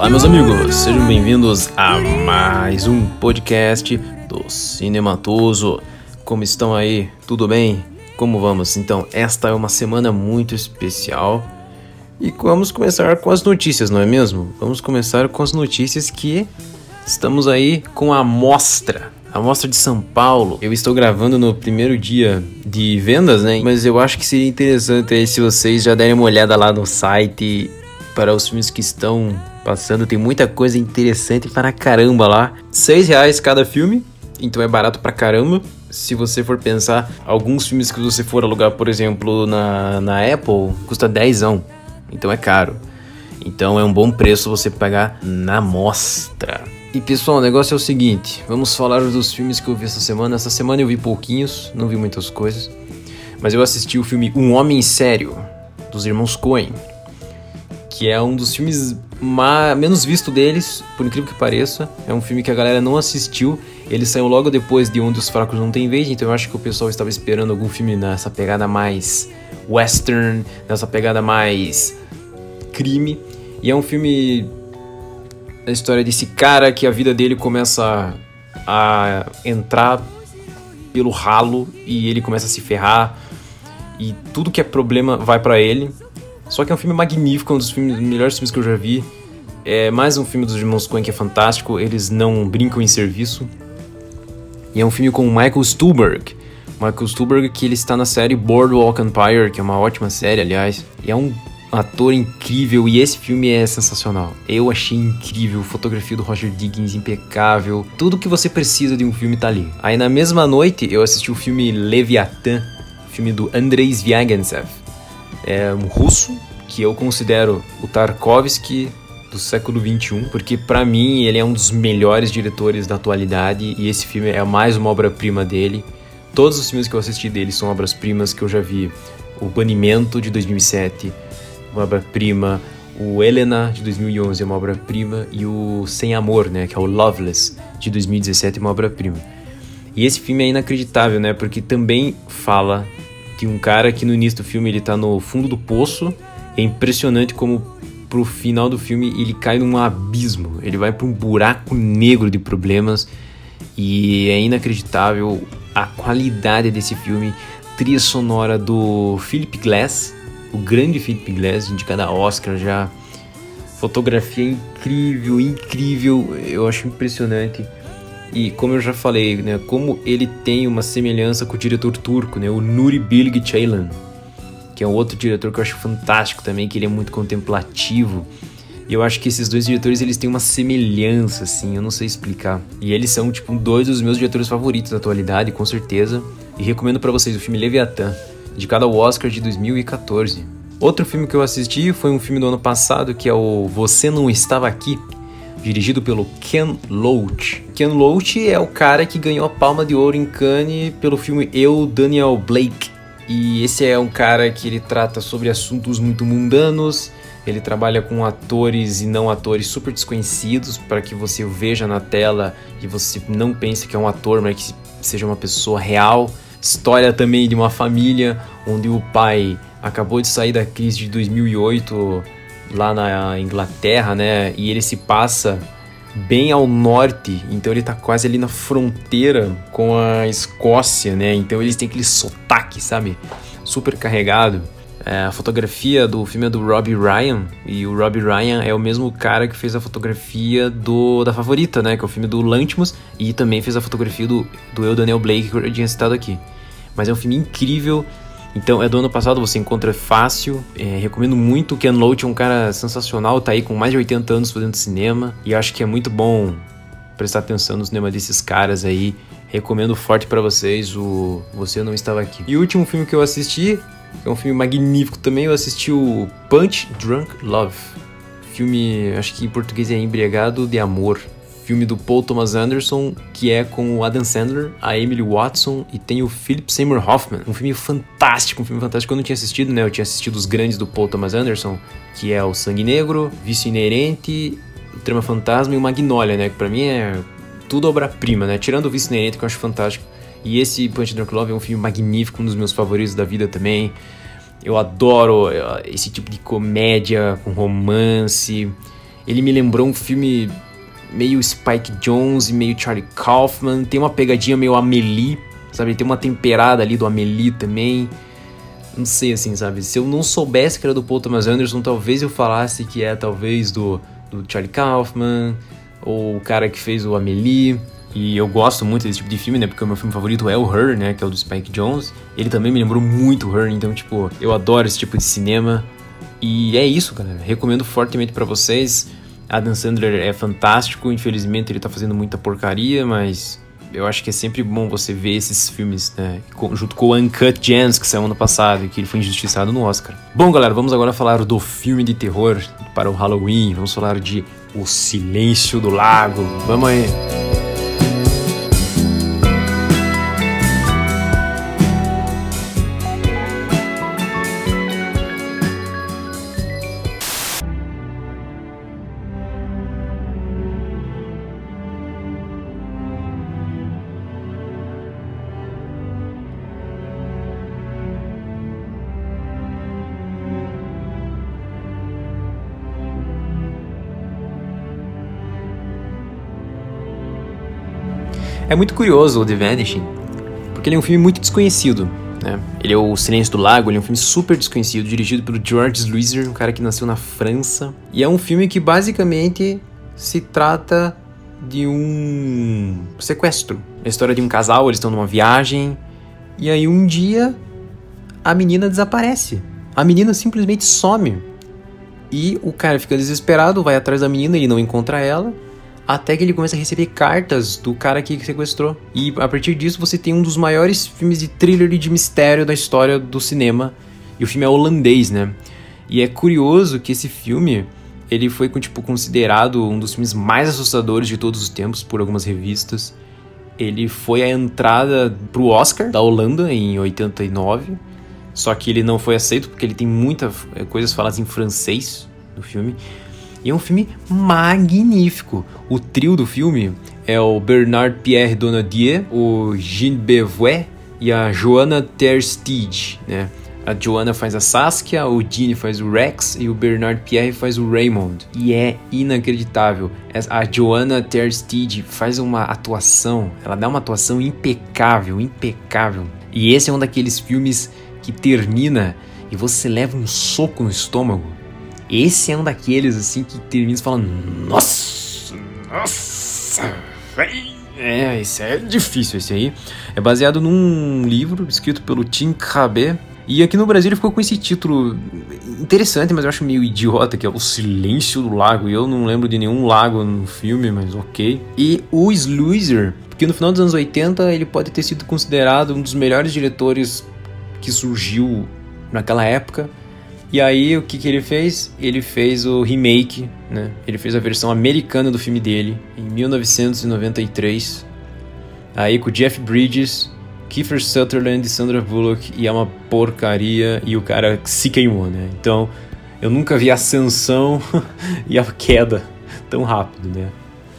Olá, meus amigos, sejam bem-vindos a mais um podcast do Cinematoso. Como estão aí? Tudo bem? Como vamos? Então, esta é uma semana muito especial e vamos começar com as notícias, não é mesmo? Vamos começar com as notícias que estamos aí com a Mostra de São Paulo. Eu estou gravando no primeiro dia de vendas, né? Mas eu acho que seria interessante aí se vocês já derem uma olhada lá no site para os filmes que estão passando. Tem muita coisa interessante para caramba lá. R$6 cada filme, então é barato pra caramba. Se você for pensar, alguns filmes que você for alugar, por exemplo, na Apple, custa 10, então é caro. Então é um bom preço você pagar na Mostra. E pessoal, o negócio é o seguinte, vamos falar dos filmes que eu vi essa semana. Essa semana eu vi pouquinhos, não vi muitas coisas, mas eu assisti o filme Um Homem Sério, dos irmãos Coen, que é um dos filmes menos visto deles, por incrível que pareça. É um filme que a galera não assistiu. Ele saiu logo depois de Onde os Fracos Não Têm Vez, então eu acho que o pessoal estava esperando algum filme nessa pegada mais western, nessa pegada mais crime. E é um filme, a história desse cara que a vida dele começa a entrar pelo ralo e ele começa a se ferrar e tudo que é problema vai pra ele. Só que é um filme magnífico, um dos melhores filmes que eu já vi. É mais um filme dos irmãos Coen que é fantástico, eles não brincam em serviço. E é um filme com o Michael Stuhlbarg. Michael Stuhlbarg, que ele está na série Boardwalk Empire, que é uma ótima série, aliás. E é um ator incrível, e esse filme é sensacional. Eu achei incrível, fotografia do Roger Deakins impecável. Tudo que você precisa de um filme tá ali. Aí na mesma noite eu assisti o filme Leviathan, filme do Andrei Zvyagintsev. É um russo que eu considero o Tarkovsky do século XXI, porque pra mim ele é um dos melhores diretores da atualidade e esse filme é mais uma obra-prima dele. Todos os filmes que eu assisti dele são obras-primas que eu já vi. O Banimento, de 2007, uma obra-prima. O Helena, de 2011, é uma obra-prima. E o Sem Amor, né, que é o Loveless, de 2017, é uma obra-prima. E esse filme é inacreditável, né, porque também fala de um cara que no início do filme ele tá no fundo do poço. É impressionante como pro final do filme ele cai num abismo, ele vai pra um buraco negro de problemas e é inacreditável a qualidade desse filme. Trilha sonora do Philip Glass, o grande Philip Glass, indicado a Oscar já. Fotografia incrível, eu acho impressionante. E como eu já falei, né, como ele tem uma semelhança com o diretor turco, né, o Nuri Bilge Ceylan, que é um outro diretor que eu acho fantástico também, que ele é muito contemplativo. E eu acho que esses dois diretores, eles têm uma semelhança, assim, eu não sei explicar. E eles são, tipo, dois dos meus diretores favoritos da atualidade, com certeza. E recomendo pra vocês o filme Leviathan, indicado ao Oscar de 2014. Outro filme que eu assisti foi um filme do ano passado, que é o Você Não Estava Aqui, dirigido pelo Ken Loach. Ken Loach é o cara que ganhou a Palma de Ouro em Cannes pelo filme Eu, Daniel Blake. E esse é um cara que ele trata sobre assuntos muito mundanos. Ele trabalha com atores e não atores super desconhecidos para que você o veja na tela e você não pense que é um ator, mas que seja uma pessoa real. História também de uma família onde o pai acabou de sair da crise de 2008 lá na Inglaterra, né? E ele se passa bem ao norte, então ele tá quase ali na fronteira com a Escócia, né? Então eles têm aquele sotaque, sabe? Super carregado. A fotografia do filme é do Robbie Ryan, e o Robbie Ryan é o mesmo cara que fez a fotografia da Favorita, né? Que é o filme do Lanthimos, e também fez a fotografia do Eu, Daniel Blake, que eu já tinha citado aqui. Mas é um filme incrível. Então, é do ano passado, você encontra fácil. Recomendo muito. O Ken Loach é um cara sensacional, tá aí com mais de 80 anos fazendo cinema. E acho que é muito bom prestar atenção no cinema desses caras aí. Recomendo forte pra vocês o Você Não Estava Aqui. E o último filme que eu assisti, que é um filme magnífico também, eu assisti o Punch Drunk Love. Filme, acho que em português é Embriagado de Amor. Filme do Paul Thomas Anderson, que é com o Adam Sandler, a Emily Watson e tem o Philip Seymour Hoffman. Um filme fantástico, eu não tinha assistido, né? Eu tinha assistido os grandes do Paul Thomas Anderson, que é o Sangue Negro, Vício Inerente, o Trama Fantasma e o Magnolia, né? Que pra mim é tudo obra-prima, né? Tirando o Vício Inerente, que eu acho fantástico. E esse Punch Drunk Love é um filme magnífico, um dos meus favoritos da vida também. Eu adoro esse tipo de comédia com romance. Ele me lembrou um filme meio Spike Jonze, meio Charlie Kaufman. Tem uma pegadinha meio Amélie, sabe? Tem uma temperada ali do Amélie também. Não sei, assim, sabe? Se eu não soubesse que era do Paul Thomas Anderson, talvez eu falasse que é talvez do Charlie Kaufman, ou o cara que fez o Amélie. E eu gosto muito desse tipo de filme, né? Porque o meu filme favorito é o Her, né? Que é o do Spike Jonze. Ele também me lembrou muito Her, então, tipo, eu adoro esse tipo de cinema. E é isso, galera. Recomendo fortemente pra vocês. Adam Sandler é fantástico. Infelizmente, ele tá fazendo muita porcaria, mas eu acho que é sempre bom você ver esses filmes, né? Junto com o Uncut Gems, que saiu ano passado e que ele foi injustiçado no Oscar. Bom, galera, vamos agora falar do filme de terror para o Halloween. Vamos falar de O Silêncio do Lago. Vamos aí! É muito curioso o The Vanishing, porque ele é um filme muito desconhecido, né? Ele é o Silêncio do Lago, ele é um filme super desconhecido, dirigido pelo Georges Sluizer, um cara que nasceu na França. E é um filme que basicamente se trata de um sequestro. É a história de um casal, eles estão numa viagem, e aí um dia a menina desaparece. A menina simplesmente some. E o cara fica desesperado, vai atrás da menina, ele não encontra ela, até que ele começa a receber cartas do cara que sequestrou. E a partir disso você tem um dos maiores filmes de thriller e de mistério da história do cinema. E o filme é holandês, né? E é curioso que esse filme, ele foi considerado um dos filmes mais assustadores de todos os tempos por algumas revistas. Ele foi a entrada pro Oscar da Holanda em 89. Só que ele não foi aceito porque ele tem muitas coisas faladas em francês no filme. E é um filme magnífico. O trio do filme é o Bernard Pierre Donadieu, o Jean Beauvois e a Johanna Tersteeg, né? A Johanna faz a Saskia, o Jean faz o Rex e o Bernard Pierre faz o Raymond. E é inacreditável. A Johanna Tersteeg faz uma atuação, ela dá uma atuação impecável, impecável. E esse é um daqueles filmes que termina e você leva um soco no estômago. Esse é um daqueles, assim, que termina e fala, nossa, esse é difícil, esse aí. É baseado num livro escrito pelo Tim Crabbe. E aqui no Brasil ele ficou com esse título interessante, mas eu acho meio idiota, que é O Silêncio do Lago. E eu não lembro de nenhum lago no filme, mas ok. E o Sluizer, porque no final dos anos 80 ele pode ter sido considerado um dos melhores diretores que surgiu naquela época. E aí, o que ele fez? Ele fez o remake, né? Ele fez a versão americana do filme dele, em 1993. Aí, com Jeff Bridges, Kiefer Sutherland e Sandra Bullock. E é uma porcaria, e o cara se queimou, né? Então, eu nunca vi a ascensão e a queda tão rápido, né?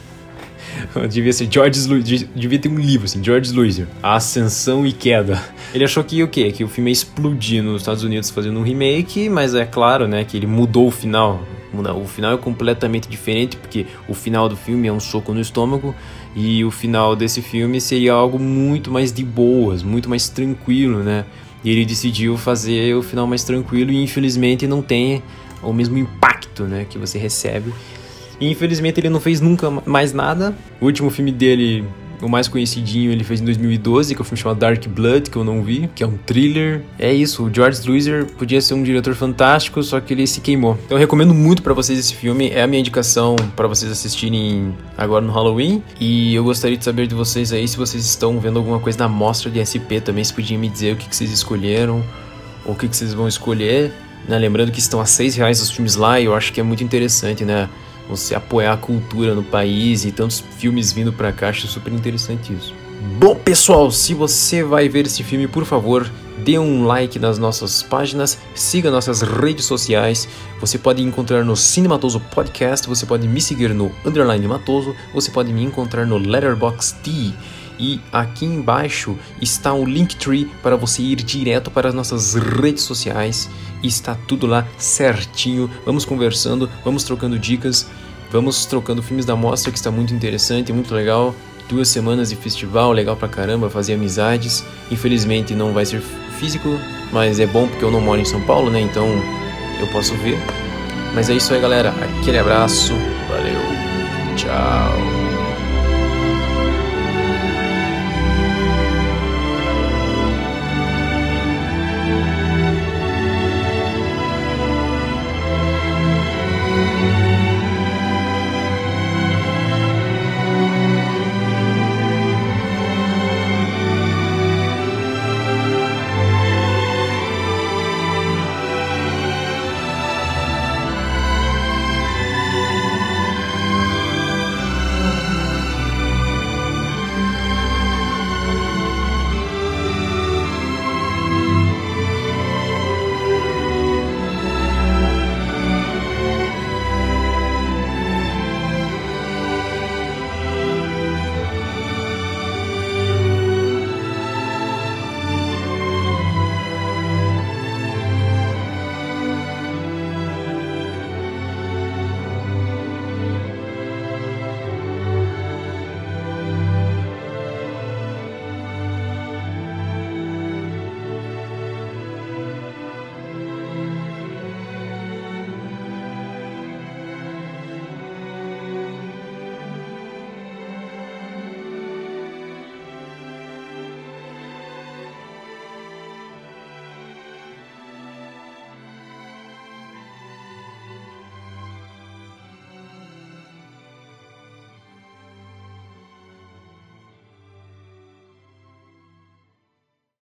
Devia ser devia ter um livro assim, George Sluizer, A Ascensão e Queda. Ele achou que o quê? Que o filme ia explodir nos Estados Unidos fazendo um remake, mas é claro, né, que ele mudou o final. O final é completamente diferente, porque o final do filme é um soco no estômago e o final desse filme seria algo muito mais de boas, muito mais tranquilo, né? E ele decidiu fazer o final mais tranquilo e infelizmente não tem o mesmo impacto, né, que você recebe. E infelizmente ele não fez nunca mais nada. O último filme dele, o mais conhecidinho, ele fez em 2012, que é um filme chamado Dark Blood, que eu não vi, que é um thriller. É isso, o George Sluizer podia ser um diretor fantástico, só que ele se queimou. Então eu recomendo muito pra vocês esse filme, é a minha indicação pra vocês assistirem agora no Halloween. E eu gostaria de saber de vocês aí, se vocês estão vendo alguma coisa na mostra de SP também, se podiam me dizer o que vocês escolheram, ou o que vocês vão escolher, né? Lembrando que estão a R$6 os filmes lá, e eu acho que é muito interessante, né? Você apoiar a cultura no país e tantos filmes vindo pra cá, acho super interessante isso. Bom, pessoal, se você vai ver esse filme, por favor, dê um like nas nossas páginas, siga nossas redes sociais. Você pode encontrar no Cinematoso Podcast, você pode me seguir no _Matoso, você pode me encontrar no Letterboxd. E aqui embaixo está o Linktree para você ir direto para as nossas redes sociais. E está tudo lá certinho. Vamos conversando, vamos trocando dicas. Vamos trocando filmes da mostra, que está muito interessante, muito legal. 2 semanas de festival, legal pra caramba, fazer amizades. Infelizmente não vai ser físico, mas é bom porque eu não moro em São Paulo, né? Então eu posso ver. Mas é isso aí, galera. Aquele abraço. Valeu. Tchau.